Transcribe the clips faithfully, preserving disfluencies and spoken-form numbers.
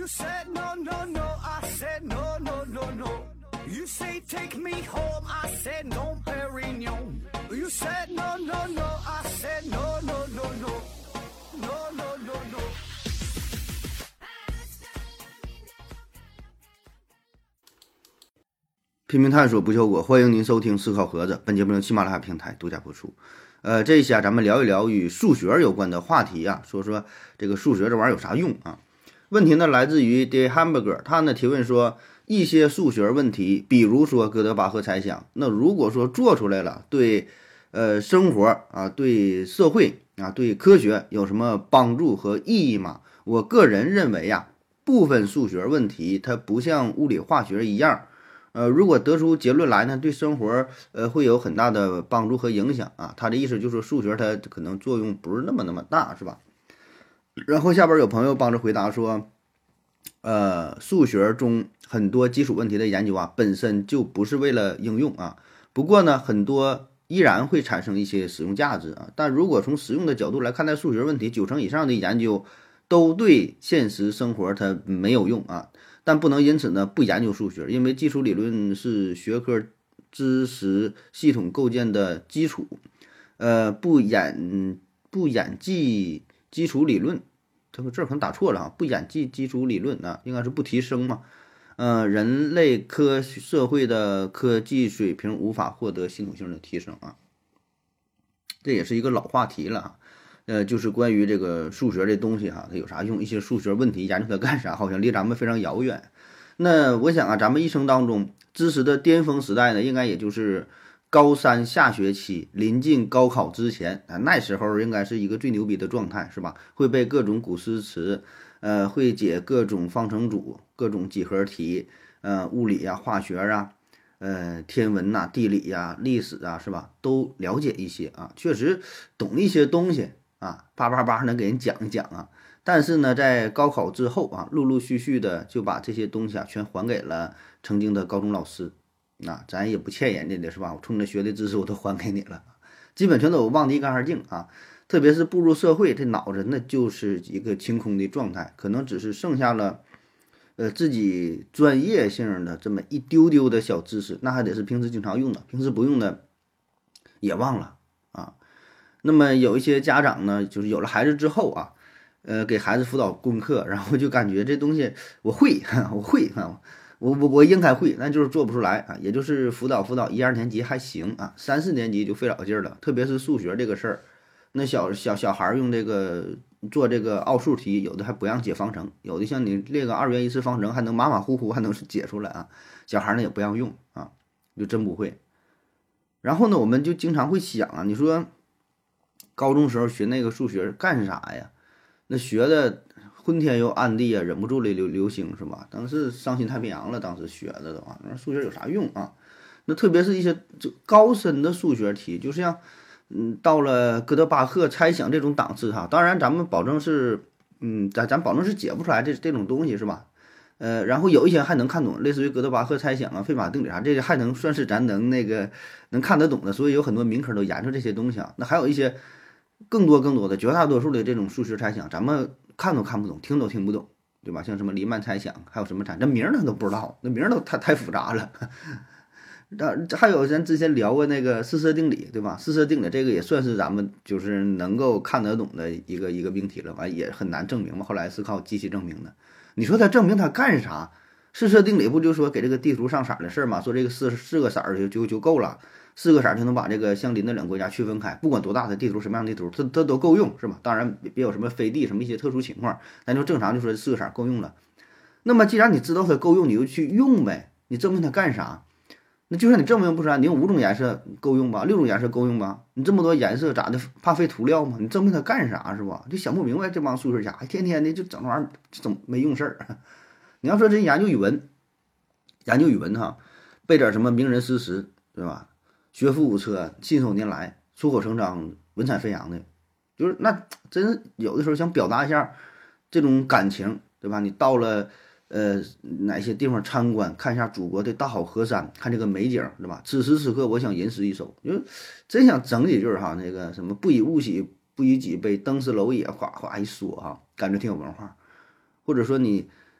said no no no, I said no no no no. You say take me home, I said no, Perignon. You said no no no, I said no no no no no no no no. 拼命探索不求果，欢迎您收听思考盒子。本节目由喜马拉雅平台独家播出。呃，这一期啊，咱们聊一聊与数学有关的话题啊，说说这个数学这玩意儿有啥用啊？问题呢来自于 The Hamburger， 他呢提问说，一些数学问题，比如说哥德巴赫猜想，那如果说做出来了，对呃生活啊、对社会啊、对科学有什么帮助和意义吗？我个人认为呀、啊，部分数学问题它不像物理化学一样。呃，如果得出结论来呢，对生活呃会有很大的帮助和影响啊。他的意思就是数学它可能作用不是那么那么大，是吧？然后下边有朋友帮着回答说，呃，数学中很多基础问题的研究啊，本身就不是为了应用啊。不过呢，很多依然会产生一些实用价值啊。但如果从实用的角度来看待数学问题，九成以上的研究都对现实生活它没有用啊。但不能因此呢不研究数学，因为基础理论是学科知识系统构建的基础。呃，不演不演技基础理论，这个这可能打错了啊，不演技基础理论啊，应该是不提升嘛。呃，人类科社会的科技水平无法获得系统性的提升啊，这也是一个老话题了啊。呃，就是关于这个数学这东西哈，它有啥用？一些数学问题研究它干啥？好像离咱们非常遥远。那我想啊，咱们一生当中知识的巅峰时代呢，应该也就是高三下学期临近高考之前啊，那时候应该是一个最牛逼的状态，是吧？会背各种古诗词，呃，会解各种方程组、各种几何题，呃，物理呀、化学啊，呃，天文呐、地理呀、历史啊，是吧？都了解一些啊，确实懂一些东西。啊，叭叭叭能给人讲一讲啊，但是呢，在高考之后啊，陆陆续续的就把这些东西啊全还给了曾经的高中老师，那咱也不欠人家的是吧？我冲着学的知识我都还给你了，基本全都忘得一干二净啊。特别是步入社会，这脑子那就是一个清空的状态，可能只是剩下了呃自己专业性的这么一丢丢的小知识，那还得是平时经常用的，平时不用的也忘了啊。那么有一些家长呢，就是有了孩子之后啊，呃，给孩子辅导功课，然后就感觉这东西我会，我会啊，我我我应该会，那就是做不出来啊。也就是辅导辅导一二年级还行啊，三四年级就费老劲儿了。特别是数学这个事儿，那小小小孩用这个做这个奥数题，有的还不让解方程，有的像你列个二元一次方程，还能马马虎虎还能解出来啊。小孩呢也不让用啊，就真不会。然后呢，我们就经常会想啊，你说。高中时候学那个数学干啥呀？那学的昏天又暗地啊，忍不住了流流星是吧？当时伤心太平洋了，当时学的的话，那数学有啥用啊？那特别是一些就高深的数学题，就像嗯，到了哥德巴赫猜想这种档次哈，当然咱们保证是嗯，咱咱保证是解不出来这这种东西是吧？呃，然后有一些还能看懂，类似于哥德巴赫猜想啊、费马定理啥，这些还能算是咱能那个能看得懂的，所以有很多民科都研究这些东西啊。那还有一些。更多更多的绝大多数的这种数学猜想，咱们看都看不懂，听都听不懂，对吧？像什么黎曼猜想，还有什么猜，这名儿咱都不知道，那名儿都太太复杂了。这还有咱之前聊过那个四色定理，对吧？四色定理这个也算是咱们就是能够看得懂的一个一个命题了，完也很难证明嘛。后来是靠机器证明的。你说它证明它干啥？四色定理不就说给这个地图上色的事儿嘛？说这个四四个色儿就就就够了。四个色就能把这个相邻的两个国家区分开，不管多大的地图，什么样的地图，它它都够用，是吧？当然别有什么飞地什么一些特殊情况，咱就正常就说四个色够用了。那么既然你知道它够用，你就去用呗，你证明它干啥？那就算你证明不出来，你用五种颜色够用吧，六种颜色够用吧？你这么多颜色咋的？怕费涂料吗？你证明它干啥是吧？就想不明白这帮数学家，天天的就整这玩意儿，整没用事儿。你要说这研究语文，研究语文哈，背点什么名人诗词，对吧？学富五车，信手拈来，出口成章，文采飞扬的，就是那真有的时候想表达一下这种感情，对吧？你到了呃哪些地方参观，看一下祖国的大好河山，看这个美景，对吧？此时此刻，我想吟诗一首，就真想整几句哈，那个什么不以物喜，不以己悲，登斯楼也，哗哗一说哈，感觉挺有文化。或者说你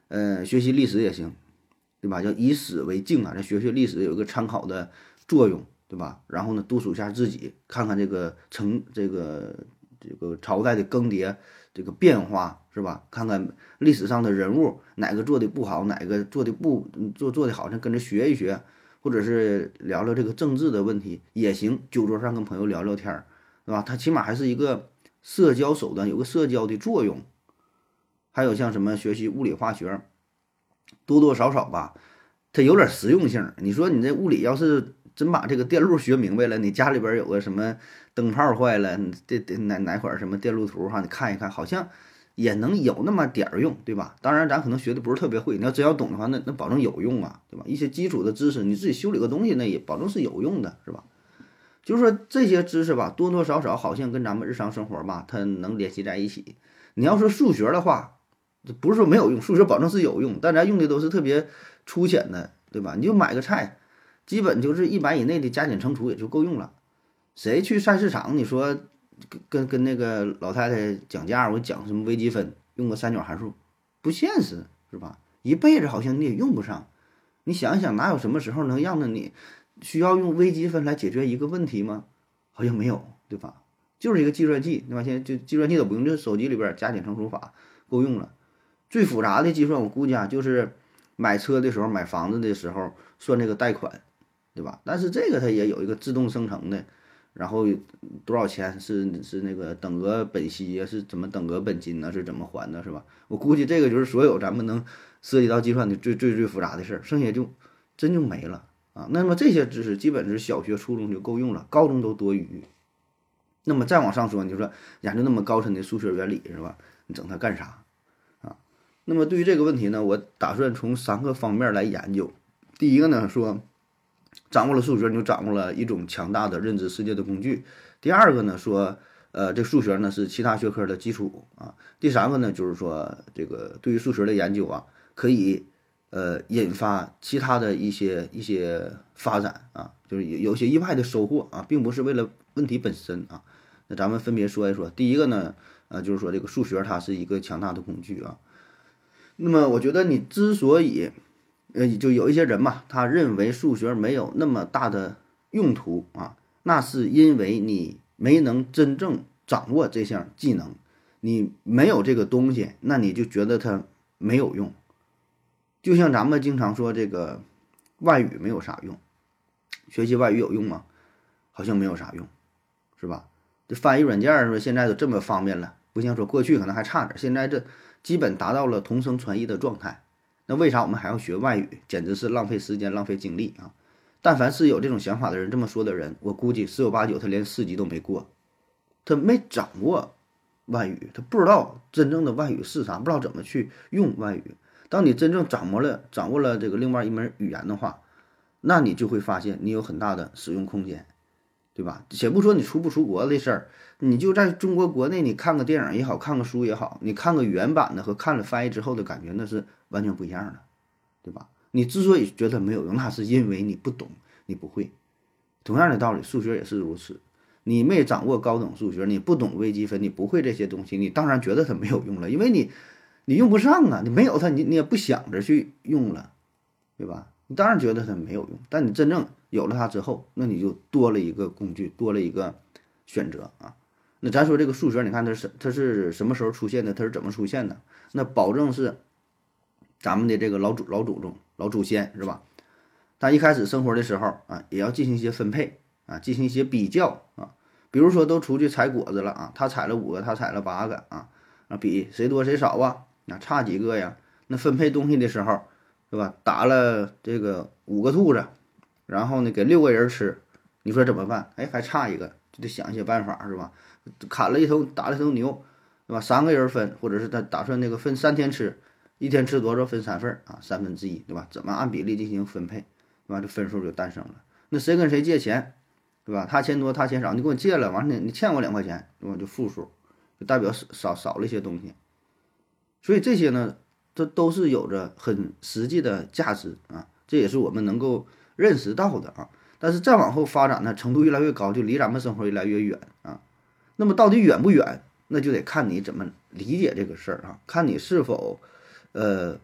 呃，学习历史也行，对吧？叫以史为镜啊，这学学历史有一个参考的作用，对吧？然后呢，督促一下自己，看看这个成这个这个朝代的更迭，这个变化，是吧？看看历史上的人物哪个做的不好，哪个做的不做做的好，咱跟着学一学，或者是聊聊这个政治的问题也行。酒桌上跟朋友聊聊天儿，对吧？它起码还是一个社交手段，有个社交的作用。还有像什么学习物理化学，多多少少吧，它有点实用性。你说你这物理要是真把这个电路学明白了，你家里边有个什么灯泡坏了，这这哪哪块什么电路图哈，你看一看，好像也能有那么点儿用，对吧？当然咱可能学的不是特别会，你要真要懂的话，那那保证有用啊，对吧？一些基础的知识，你自己修理个东西，那也保证是有用的，是吧？就是说这些知识吧，多多少少好像跟咱们日常生活吧，它能联系在一起。你要说数学的话，不是说没有用，数学保证是有用，但咱用的都是特别粗浅的，对吧？你就买个菜，基本就是一百以内的加减乘除也就够用了。谁去菜市场？你说跟跟跟那个老太太讲价，我讲什么微积分，用个三角函数，不现实，是吧？一辈子好像你也用不上。你想一想，哪有什么时候能让着你需要用微积分来解决一个问题吗？好像没有，对吧？就是一个计算器，对吧？现在就计算器都不用，就手机里边加减乘除法够用了。最复杂的计算，我估计啊，就是买车的时候、买房子的时候算这个贷款，对吧？但是这个它也有一个自动生成的，然后多少钱是是那个等额本息呀，是怎么等额本金呢？是怎么还的，是吧？我估计这个就是所有咱们能涉及到计算的最最最复杂的事儿，剩下就真就没了啊。那么这些知识基本是小学、初中就够用了，高中都多余。那么再往上说，你就说研究那么高深的数学原理，是吧？你整它干啥？那么对于这个问题呢，我打算从三个方面来研究。第一个呢，说掌握了数学，你就掌握了一种强大的认知世界的工具。第二个呢，说呃，这数学呢是其他学科的基础啊。第三个呢，就是说这个对于数学的研究啊，可以呃引发其他的一些一些发展啊，就是有有些意外的收获啊，并不是为了问题本身啊。那咱们分别说一说。第一个呢，呃，就是说这个数学它是一个强大的工具啊。那么我觉得你之所以，呃，就有一些人嘛，他认为数学没有那么大的用途啊，那是因为你没能真正掌握这项技能，你没有这个东西，那你就觉得它没有用。就像咱们经常说这个外语没有啥用，学习外语有用吗？好像没有啥用，是吧？这翻译软件说现在都这么方便了，不像说过去可能还差点，现在这基本达到了同声传译的状态。那为啥我们还要学外语？简直是浪费时间、浪费精力啊！但凡是有这种想法的人，这么说的人，我估计十有八九他连四级都没过，他没掌握外语，他不知道真正的外语是啥，不知道怎么去用外语。当你真正掌握了掌握了这个另外一门语言的话，那你就会发现你有很大的使用空间，对吧？且不说你出不出国的事儿，你就在中国国内，你看个电影也好，看个书也好，你看个原版的和看了翻译之后的感觉，那是完全不一样的，对吧？你之所以觉得没有用，那是因为你不懂，你不会。同样的道理，数学也是如此。你没掌握高等数学，你不懂微积分，你不会这些东西，你当然觉得它没有用了，因为你你用不上啊，你没有它，你你也不想着去用了，对吧？你当然觉得它没有用，但你真正有了它之后，那你就多了一个工具，多了一个选择啊。那咱说这个数学，你看它是它是什么时候出现的？它是怎么出现的？那保证是咱们的这个老祖老祖宗老祖先是吧？他一开始生活的时候啊，也要进行一些分配啊，进行一些比较啊。比如说都出去采果子了啊，他采了五个，他采了八个啊，啊比谁多谁少啊，那差几个呀？那分配东西的时候，是吧？打了这个五个兔子，然后呢给六个人吃，你说怎么办？哎，还差一个，就得想一些办法，是吧？砍了一头，打了一头牛，对吧？三个人分，或者是他打算那个分三天吃，一天吃多少分三份啊，三分之一，对吧？怎么按比例进行分配，对吧？这分数就诞生了。那谁跟谁借钱？对吧？他钱多，他钱少，你给我借了，完了你欠我两块钱，对吧？就负数，就代表少少了一些东西。所以这些呢，这都是有着很实际的价值啊，这也是我们能够认识到的啊。但是再往后发展呢，程度越来越高，就离咱们生活越来越远啊。那么到底远不远？那就得看你怎么理解这个事儿啊，看你是否呃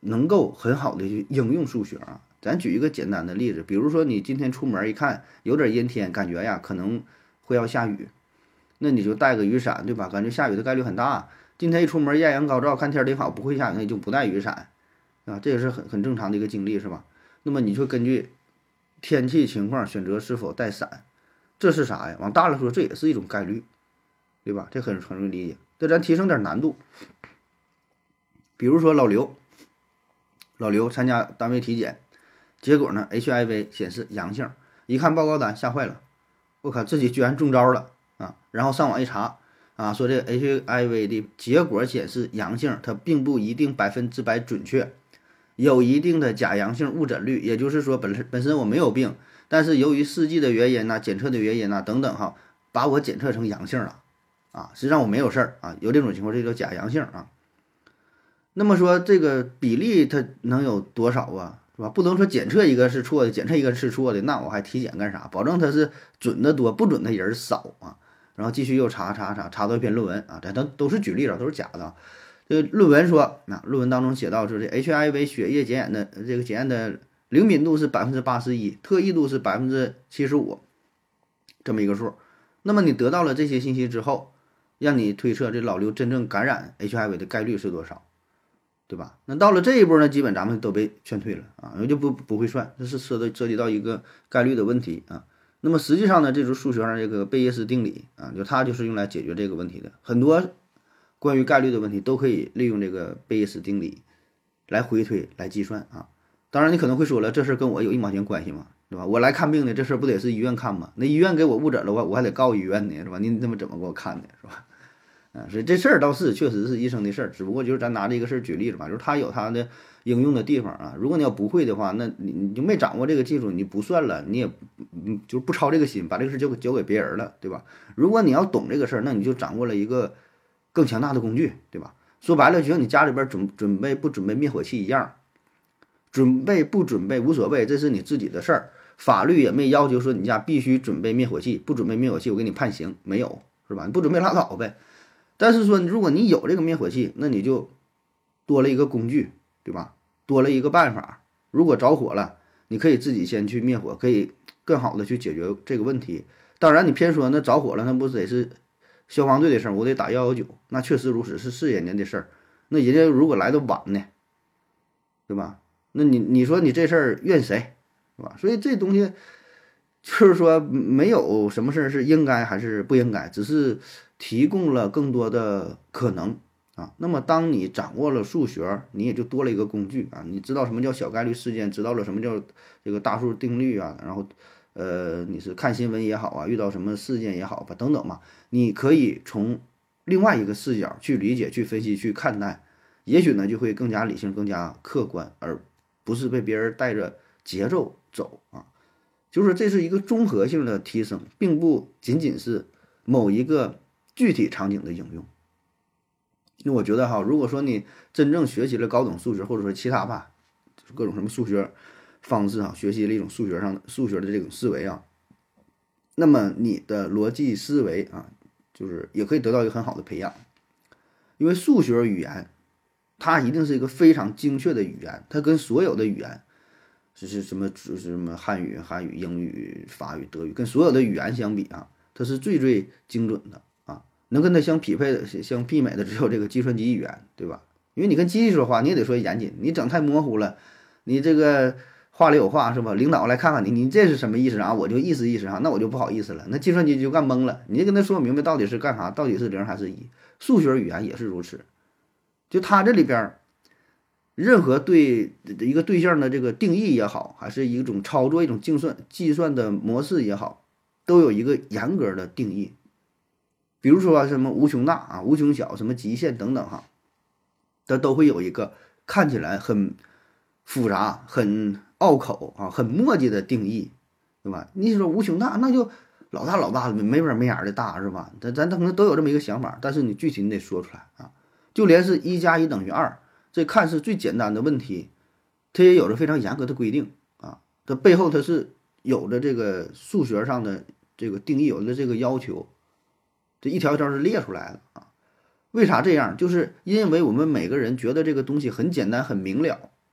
能够很好的去应用数学啊。咱举一个简单的例子，比如说你今天出门一看有点阴天，感觉呀可能会要下雨，那你就带个雨伞，对吧？感觉下雨的概率很大。今天一出门艳阳高照，看天挺好，不会下雨，那你就不带雨伞啊，这也是很很正常的一个经历，是吧？那么你就根据天气情况选择是否带伞，这是啥呀？往大了说，这也是一种概率，对吧？这很很容易理解。这咱提升点难度，比如说老刘，老刘参加单位体检，结果呢 H I V 显示阳性，一看报告单吓坏了，我靠，自己居然中招了啊！然后上网一查啊，说这 H I V 的结果显示阳性，它并不一定百分之百准确，有一定的假阳性误诊率，也就是说本身本身我没有病，但是由于试剂的原因呐、检测的原因呐、等等哈，把我检测成阳性了啊，实际上我没有事儿啊，有这种情况，这叫假阳性啊。那么说这个比例它能有多少啊？是吧？不能说检测一个是错的，检测一个是错的，那我还体检干啥？保证它是准的多，不准的人少啊。然后继续又查查查查到一篇论文啊，这都都是举例了，都是假的。这个论文说，那论文当中写到说，这 H I V 血液检验的这个检验的灵敏度是百分之八十一，特异度是百分之七十五，这么一个数。那么你得到了这些信息之后，让你推测这老刘真正感染 H I V 的概率是多少？对吧？那到了这一步呢，基本咱们都被劝退了啊，因为就不不会算，这是涉的涉及到一个概率的问题啊。那么实际上呢，这就是数学上这个贝叶斯定理啊，就它就是用来解决这个问题的。很多关于概率的问题都可以利用这个贝叶斯定理来回推来计算啊。当然你可能会说了，这事跟我有一毛钱关系吗？对吧？我来看病的，这事不得是医院看吗？那医院给我误诊了，我我还得告医院呢，是吧？你他妈怎么给我看的，是吧？啊，所以这事儿倒是确实是医生的事儿，只不过就是咱拿这个事儿举例子吧，就是它有它的应用的地方啊。如果你要不会的话，那你你就没掌握这个技术，你不算了，你也嗯就不操这个心，把这个事交给交给别人了，对吧？如果你要懂这个事儿，那你就掌握了一个更强大的工具，对吧？说白了，就像你家里边准准备不准备灭火器一样，准备不准备无所谓，这是你自己的事儿。法律也没要求说你家必须准备灭火器，不准备灭火器我给你判刑，没有，是吧？你不准备拉倒呗。但是说，如果你有这个灭火器，那你就多了一个工具，对吧？多了一个办法。如果着火了，你可以自己先去灭火，可以更好的去解决这个问题。当然，你偏说那着火了，那不得是消防队的事儿，我得打一一九，那确实如此，是是人家的事儿。那人家如果来的晚呢，对吧？那你你说你这事儿怨谁，是吧？所以这东西就是说，没有什么事儿是应该还是不应该，只是提供了更多的可能啊。那么当你掌握了数学，你也就多了一个工具啊。你知道什么叫小概率事件，知道了什么叫这个大数定律啊，然后呃，你是看新闻也好啊，遇到什么事件也好吧，等等嘛，你可以从另外一个视角去理解、去分析、去看待，也许呢就会更加理性、更加客观，而不是被别人带着节奏走啊。就是这是一个综合性的提升，并不仅仅是某一个具体场景的应用。因为我觉得哈，如果说你真正学习了高等数学，或者说其他吧，就是各种什么数学方式啊，学习了一种数学上的数学的这种思维啊，那么你的逻辑思维啊，就是也可以得到一个很好的培养。因为数学语言它一定是一个非常精确的语言，它跟所有的语言就是什么就是什么汉语、韩语、英语、法语、德语，跟所有的语言相比啊，它是最最精准的啊，能跟它相匹配的、相媲美的只有这个计算机语言，对吧？因为你跟机器说话，你也得说严谨，你整太模糊了，你这个话里有话是吧？领导来看看你，你这是什么意思啊？我就意思意思啊，那我就不好意思了，那计算机就干懵了，你就跟他说明白到底是干啥，到底是零还是一。数学语言也是如此，就它这里边。任何对一个对象的这个定义也好，还是一种操作、一种计算计算的模式也好，都有一个严格的定义。比如说什么无穷大啊、无穷小、什么极限等等哈，它都会有一个看起来很复杂、很拗口啊、很墨迹的定义，对吧？你说无穷大，那就老大老大的，没边没眼的大是吧？咱咱可能都有这么一个想法，但是你具体你得说出来啊。就连是一加一等于二。这看似最简单的问题，它也有着非常严格的规定啊，它背后它是有着这个数学上的这个定义，有着这个要求，这一条一条是列出来的啊。为啥这样？就是因为我们每个人觉得这个东西很简单、很明了，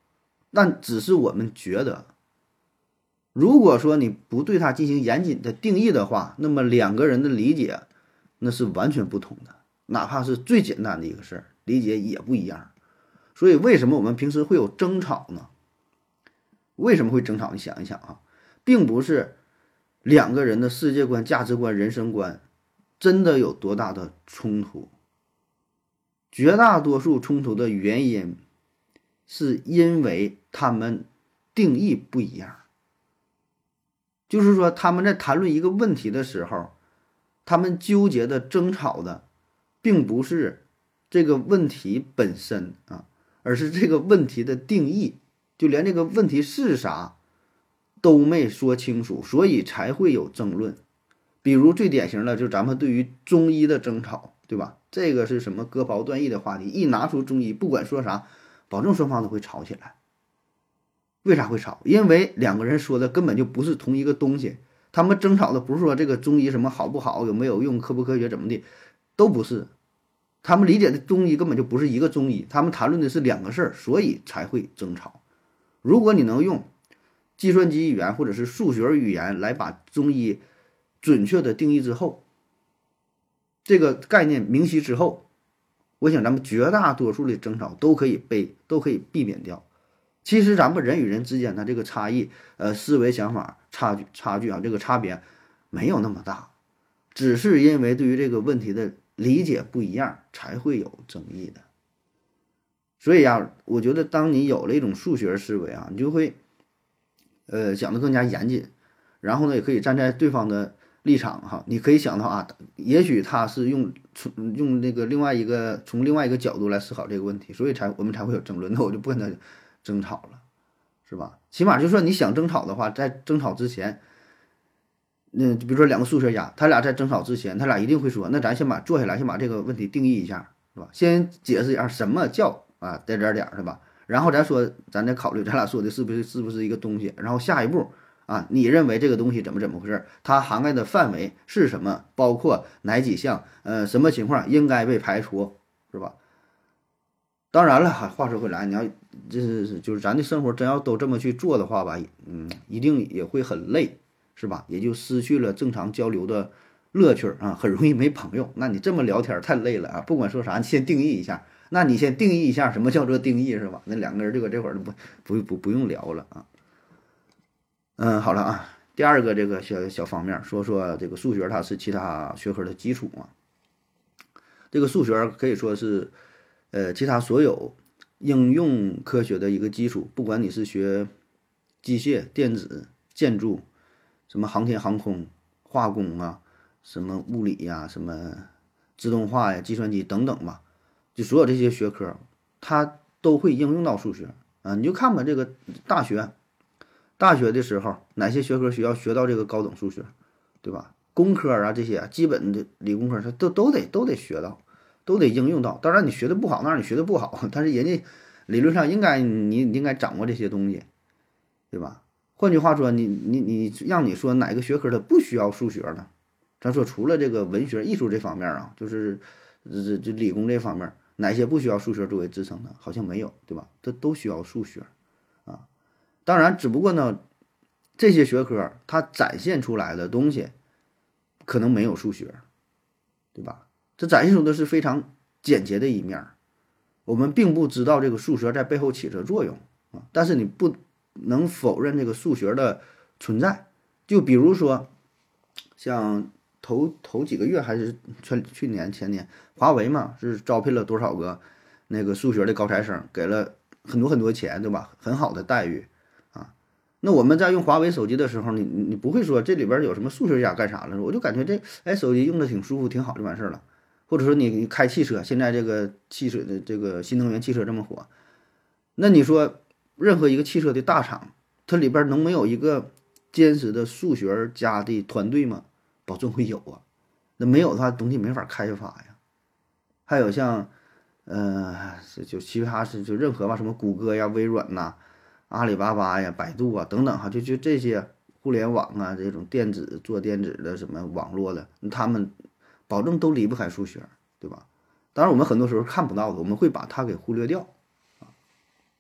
但只是我们觉得，如果说你不对它进行严谨的定义的话，那么两个人的理解那是完全不同的，哪怕是最简单的一个事儿，理解也不一样。所以为什么我们平时会有争吵呢？为什么会争吵？你想一想啊，并不是两个人的世界观、价值观、人生观真的有多大的冲突，绝大多数冲突的原因是因为他们定义不一样。就是说他们在谈论一个问题的时候，他们纠结的争吵的并不是这个问题本身啊，而是这个问题的定义，就连这个问题是啥都没说清楚，所以才会有争论。比如最典型的就是咱们对于中医的争吵，对吧？这个是什么割袍断义的话题，一拿出中医，不管说啥，保证双方都会吵起来。为啥会吵？因为两个人说的根本就不是同一个东西，他们争吵的不是说这个中医什么好不好，有没有用，科不科学，怎么的，都不是。他们理解的中医根本就不是一个中医，他们谈论的是两个事儿，所以才会争吵。如果你能用计算机语言或者是数学语言来把中医准确的定义之后，这个概念明晰之后，我想咱们绝大多数的争吵都可以被都可以避免掉。其实咱们人与人之间的这个差异，呃，思维想法差距差距啊，这个差别没有那么大，只是因为对于这个问题的理解不一样，才会有争议的。所以啊，我觉得当你有了一种数学思维啊，你就会，呃，想得更加严谨，然后呢，也可以站在对方的立场哈，你可以想到啊，也许他是用从用那个另外一个从另外一个角度来思考这个问题，所以才我们才会有争论。那我就不跟他争吵了，是吧？起码就说你想争吵的话，在争吵之前，那比如说两个数学家，他俩在争吵之前，他俩一定会说，那咱先把坐下来，先把这个问题定义一下，是吧？先解释一下什么叫啊点点点，是吧？然后咱说，咱再考虑咱俩说的是不是是不是一个东西，然后下一步啊，你认为这个东西怎么怎么回事？它涵盖的范围是什么？包括哪几项？呃，什么情况应该被排除，是吧？当然了，话说回来，你要这是就是咱的生活真要都这么去做的话吧，嗯，一定也会很累，是吧？也就失去了正常交流的乐趣啊，很容易没朋友。那你这么聊天太累了啊！不管说啥，你先定义一下。那你先定义一下什么叫做定义，是吧？那两个人这个这会儿不不不不用聊了啊。嗯，好了啊，第二个这个小小方面，说说这个数学它是其他学科的基础嘛。这个数学可以说是。呃，其他所有应用科学的一个基础，不管你是学机械、电子、建筑，什么航天航空、化工啊，什么物理呀、啊，什么自动化呀、计算机等等吧，就所有这些学科，它都会应用到数学啊。你就看吧，这个大学，大学的时候哪些学科需要学到这个高等数学，对吧？工科啊这些啊基本的理工科，它都都得都得学到。都得应用到，当然你学的不好，那你学的不好，但是人家理论上应该你应该掌握这些东西，对吧？换句话说，你你你让你说哪个学科它不需要数学呢？咱说除了这个文学艺术这方面啊，就是这这理工这方面，哪些不需要数学作为支撑的？好像没有，对吧？它都需要数学啊。当然，只不过呢，这些学科它展现出来的东西可能没有数学，对吧？这展现出的是非常简洁的一面，我们并不知道这个数学在背后起着作用啊。但是你不能否认这个数学的存在。就比如说，像头头几个月还是去去年前年，华为嘛是招聘了多少个那个数学的高材生，给了很多很多钱，对吧？很好的待遇啊。那我们在用华为手机的时候，你你不会说这里边有什么数学家干啥了？我就感觉这哎手机用的挺舒服，挺好就完事儿了。或者说你开汽车，现在这个汽车的这个新能源汽车这么火，那你说任何一个汽车的大厂，它里边能没有一个坚实的数学家的团队吗？保证会有啊。那没有的话，东西没法开发呀。还有像，呃，就其他是就任何吧，什么谷歌呀、微软呐、阿里巴巴呀、百度啊等等哈，就就这些互联网啊，这种电子做电子的什么网络的，他们。保证都离不开数学，对吧？当然，我们很多时候看不到的，我们会把它给忽略掉啊。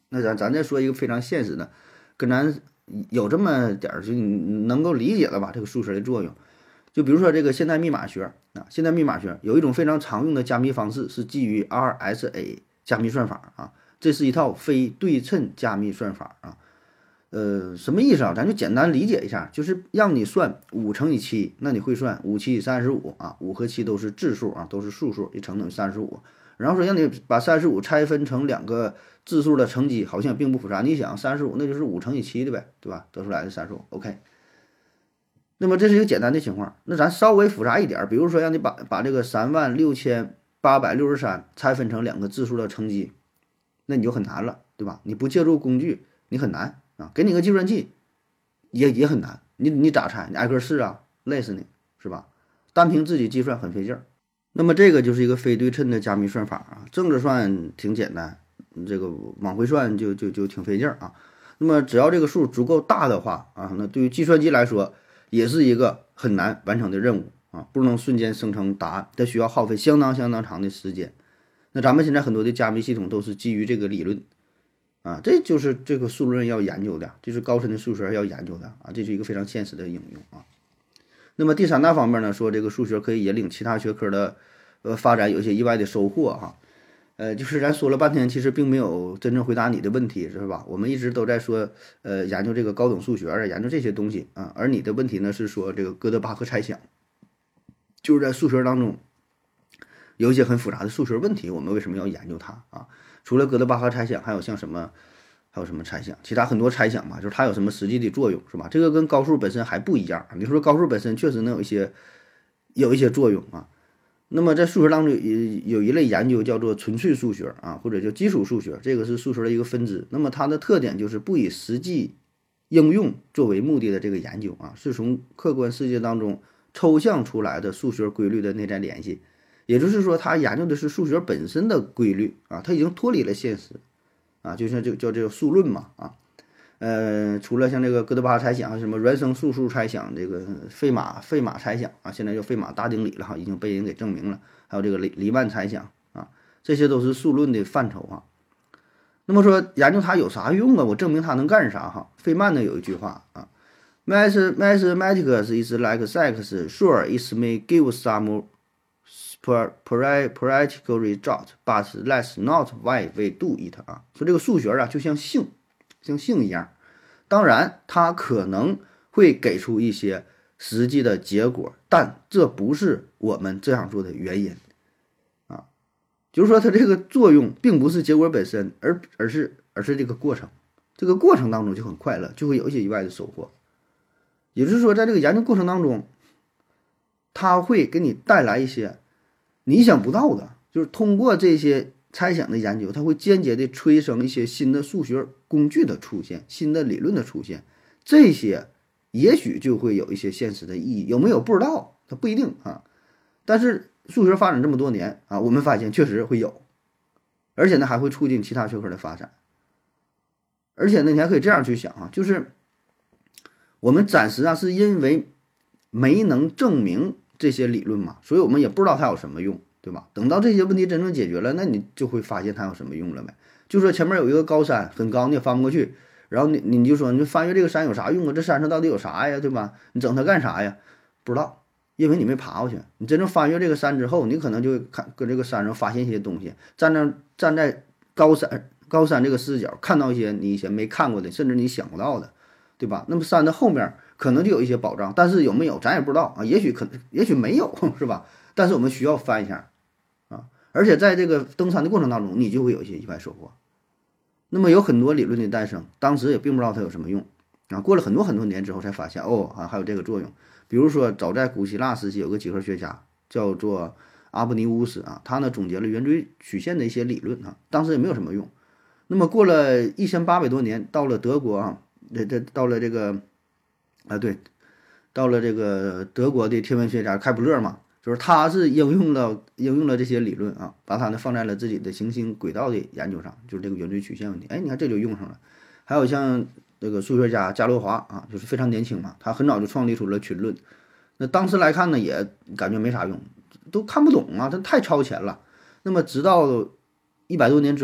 那咱咱再说一个非常现实的，跟咱有这么点儿就你能够理解了吧？这个数学的作用，就比如说这个现代密码学啊，现代密码学有一种非常常用的加密方式是基于 R S A 加密算法啊，这是一套非对称加密算法啊。呃，什么意思啊？咱就简单理解一下，就是让你算五乘以七，那你会算五七三十五啊，五和七都是质数啊，都是素数，一乘等于三十五。然后说让你把三十五拆分成两个质数的乘积，好像并不复杂。你想，三十五那就是五乘以七的呗，对吧？得出来的三十五 ，OK。那么这是一个简单的情况，那咱稍微复杂一点，比如说让你把把这个三万六千八百六十三拆分成两个质数的乘积，那你就很难了，对吧？你不借助工具，你很难啊。给你个计算器，也也很难，你你咋拆？你挨个试啊，累死你，是吧？单凭自己计算很费劲儿。那么这个就是一个非对称的加密算法啊，正着算挺简单，这个往回算就就就挺费劲儿啊。那么只要这个数足够大的话啊，那对于计算机来说也是一个很难完成的任务啊，不能瞬间生成答案，它需要耗费相当相当长的时间。那咱们现在很多的加密系统都是基于这个理论啊，这就是这个数论要研究的，这是高深的数学要研究的啊，这是一个非常现实的应用啊。那么第三大方面呢，说这个数学可以引领其他学科的呃发展，有一些意外的收获哈。呃，就是咱说了半天，其实并没有真正回答你的问题，是吧？我们一直都在说呃研究这个高等数学啊，研究这些东西啊，而你的问题呢是说这个哥德巴赫猜想，就是在数学当中有一些很复杂的数学问题，我们为什么要研究它啊？除了哥德巴赫猜想，还有像什么？还有什么猜想？其他很多猜想嘛，就是它有什么实际的作用，是吧？这个跟高数本身还不一样。你说高数本身确实能有一些有一些作用啊。那么在数学当中有有一类研究叫做纯粹数学啊，或者叫基础数学，这个是数学的一个分支。那么它的特点就是不以实际应用作为目的的这个研究啊，是从客观世界当中抽象出来的数学规律的内在联系。也就是说，它研究的是数学本身的规律啊，它已经脱离了现实。啊，就像这叫这个数论嘛，啊，呃，除了像这个哥德巴赫猜想，还有什么原生素数猜想，这个费马费马猜想啊，现在叫费马大定理了哈，已经被人给证明了，还有这个黎黎曼猜想啊，这些都是数论的范畴啊。那么说研究它有啥用啊？我证明它能干啥哈？费曼呢有一句话啊 ，Mathematics is like sex, sure it may give some practical result, but that's not why we do it 啊，说这个数学啊就像性，像性一样，当然它可能会给出一些实际的结果，但这不是我们这样做的原因啊，就是说它这个作用并不是结果本身，而而是而是这个过程，这个过程当中就很快乐，就会有一些意外的收获。也就是说，在这个研究过程当中，它会给你带来一些你意想不到的，就是通过这些猜想的研究，它会间接的催生一些新的数学工具的出现，新的理论的出现，这些也许就会有一些现实的意义，有没有不知道，它不一定啊。但是数学发展这么多年啊，我们发现确实会有，而且呢还会促进其他学科的发展。而且呢，你还可以这样去想啊，就是我们暂时啊是因为没能证明这些理论嘛，所以我们也不知道它有什么用，对吧？等到这些问题真正解决了，那你就会发现它有什么用了呗。就说前面有一个高山很高，你也翻不过去，然后你你就说你翻越这个山有啥用啊？这山上到底有啥呀，对吧？你整它干啥呀？不知道，因为你没爬过去。你真正翻越这个山之后，你可能就会看搁这个山上发现一些东西，站在站在高山高山这个视角，看到一些你以前没看过的，甚至你想不到的，对吧？那么山的后面可能就有一些宝藏，但是有没有咱也不知道啊，也许可能也许没有，是吧？但是我们需要翻一下啊，而且在这个登山的过程当中，你就会有一些意外收获。那么有很多理论的诞生，当时也并不知道它有什么用啊，过了很多很多年之后才发现，哦啊还有这个作用。比如说早在古希腊时期有个几何学家叫做阿布尼乌斯啊，他呢总结了圆锥曲线的一些理论啊，当时也没有什么用。那么过了一千八百多年，到了德国啊，这这到了这个啊对。到了这个德国的天文学家开普勒嘛，就是他是应用了应用了这些理论啊，把它呢放在了自己的行星轨道的研究上，就是这个圆锥曲线问题。哎，你看这就用上了。还有像这个数学家伽罗华啊，就是非常年轻嘛，他很早就创立出了群论。那当时来看呢，也感觉没啥用，都看不懂啊，这太超前了。那么直到一百多年之后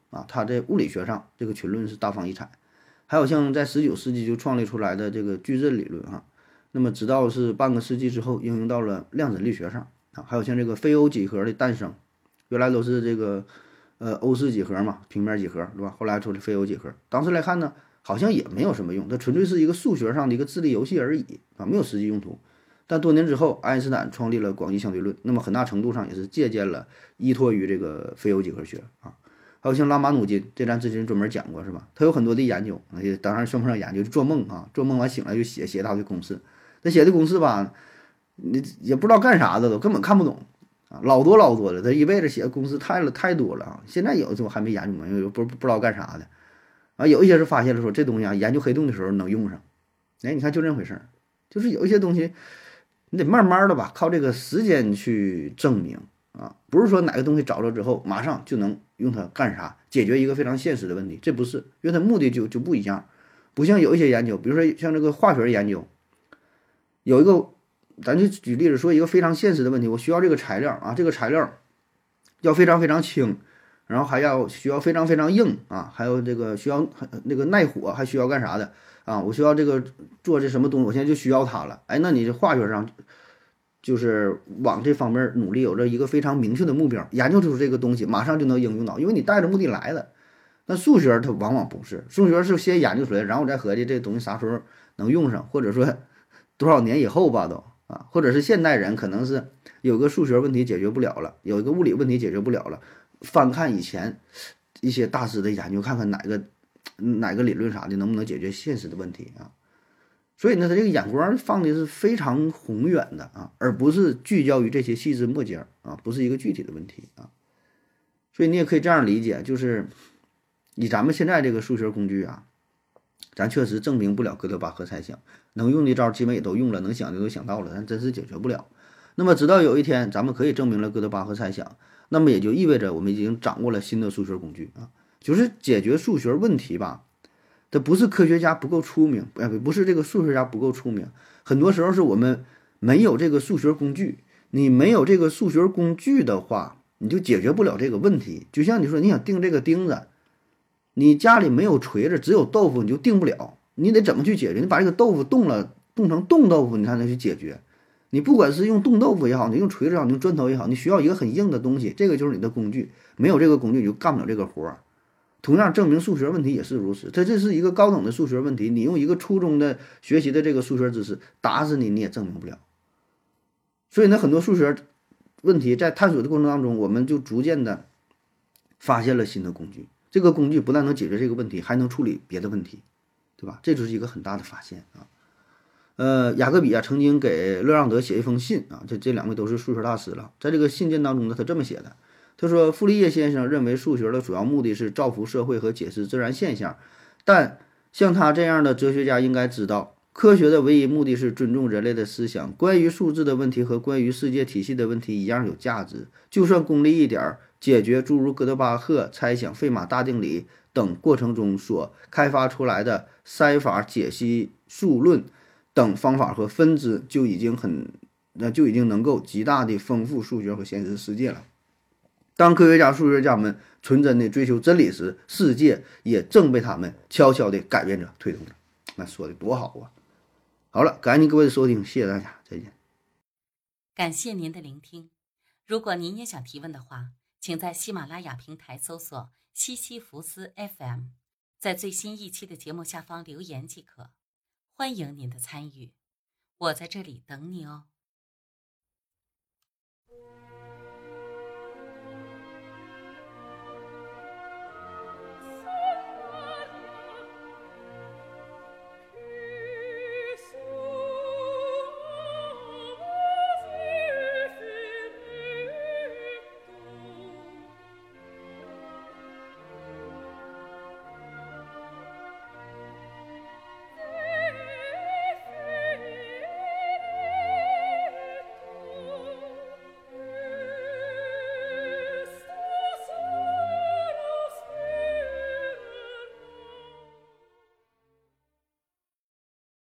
啊，它在物理学上这个群论是大放异彩。还有像在十九世纪就创立出来的这个矩阵理论啊，那么直到是半个世纪之后应用到了量子力学上啊，还有像这个非欧几何的诞生，原来都是这个呃欧式几何嘛，平面几何对吧？后来出了非欧几何，当时来看呢，好像也没有什么用，它纯粹是一个数学上的一个智力游戏而已啊，没有实际用途。但多年之后，爱因斯坦创立了广义相对论，那么很大程度上也是借鉴了依托于这个非欧几何学啊。还有像拉马努金，这咱之前专门讲过是吧？他有很多的研究，也当然算不上研究，就做梦啊，做梦完醒来就写写一大堆公式。他写的公式吧，你也不知道干啥的，都根本看不懂啊，老多老多了。他一辈子写的公式太了太多了啊，现在有这我还没研究嘛，因为不不知道干啥的啊。有一些是发现了说这东西啊，研究黑洞的时候能用上。哎，你看就这回事儿，就是有一些东西你得慢慢的吧，靠这个时间去证明。啊，不是说哪个东西找着之后马上就能用它干啥，解决一个非常现实的问题，这不是，因为它目的就就不一样。不像有一些研究，比如说像这个化学研究，有一个，咱就举例子说一个非常现实的问题，我需要这个材料啊，这个材料要非常非常轻，然后还要需要非常非常硬啊，还有这个需要那个耐火，还需要干啥的啊？我需要这个做这什么东西，我现在就需要它了。哎，那你这化学上。就是往这方面努力，有着一个非常明确的目标，研究出这个东西，马上就能应用到，因为你带着目的来的。那数学它往往不是，数学是先研究出来，然后我再合计这东西啥时候能用上，或者说多少年以后吧都啊，或者是现代人可能是有个数学问题解决不了了，有一个物理问题解决不了了，翻看以前一些大师的研究，看看哪个哪个理论啥的能不能解决现实的问题啊。所以呢，他这个眼光放的是非常宏远的啊，而不是聚焦于这些细枝末节啊，不是一个具体的问题啊。所以你也可以这样理解，就是以咱们现在这个数学工具啊，咱确实证明不了哥德巴赫猜想，能用的招基本也都用了，能想的都想到了，但真是解决不了。那么直到有一天咱们可以证明了哥德巴赫猜想，那么也就意味着我们已经掌握了新的数学工具啊，就是解决数学问题吧。这不是科学家不够出名，不不是这个数学家不够出名，很多时候是我们没有这个数学工具。你没有这个数学工具的话，你就解决不了这个问题。就像你说你想钉这个钉子，你家里没有锤子，只有豆腐，你就钉不了。你得怎么去解决？你把这个豆腐冻了，冻成冻豆腐，你才能去解决。你不管是用冻豆腐也好，你用锤子也好，你用砖头也好，你需要一个很硬的东西，这个就是你的工具。没有这个工具，你就干不了这个活儿。同样证明数学问题也是如此，它这是一个高等的数学问题，你用一个初中的学习的这个数学知识打死你，你也证明不了。所以呢，很多数学问题在探索的过程当中，我们就逐渐的发现了新的工具。这个工具不但能解决这个问题，还能处理别的问题，对吧？这就是一个很大的发现啊。呃，雅各比啊曾经给勒让德写一封信啊，这这两位都是数学大师了，在这个信件当中呢，他这么写的。他说，傅立叶先生认为数学的主要目的是造福社会和解释自然现象，但像他这样的哲学家应该知道，科学的唯一目的是尊重人类的思想。关于数字的问题和关于世界体系的问题一样有价值，就算功利一点，解决诸如哥德巴赫猜想、费马大定理等过程中所开发出来的筛法、解析数论等方法和分支，就已经很那就已经能够极大地丰富数学和现实世界了。当科学家、数学家们纯真地追求真理时，世界也正被他们悄悄地改变着、推动着。那说的多好啊！好了，感谢您各位的收听，谢谢大家，再见。 感谢您的聆听。如果您也想提问的话，请在喜马拉雅平台搜索西西弗斯 F M， 在最新一期的节目下方留言即可。欢迎您的参与，我在这里等你哦。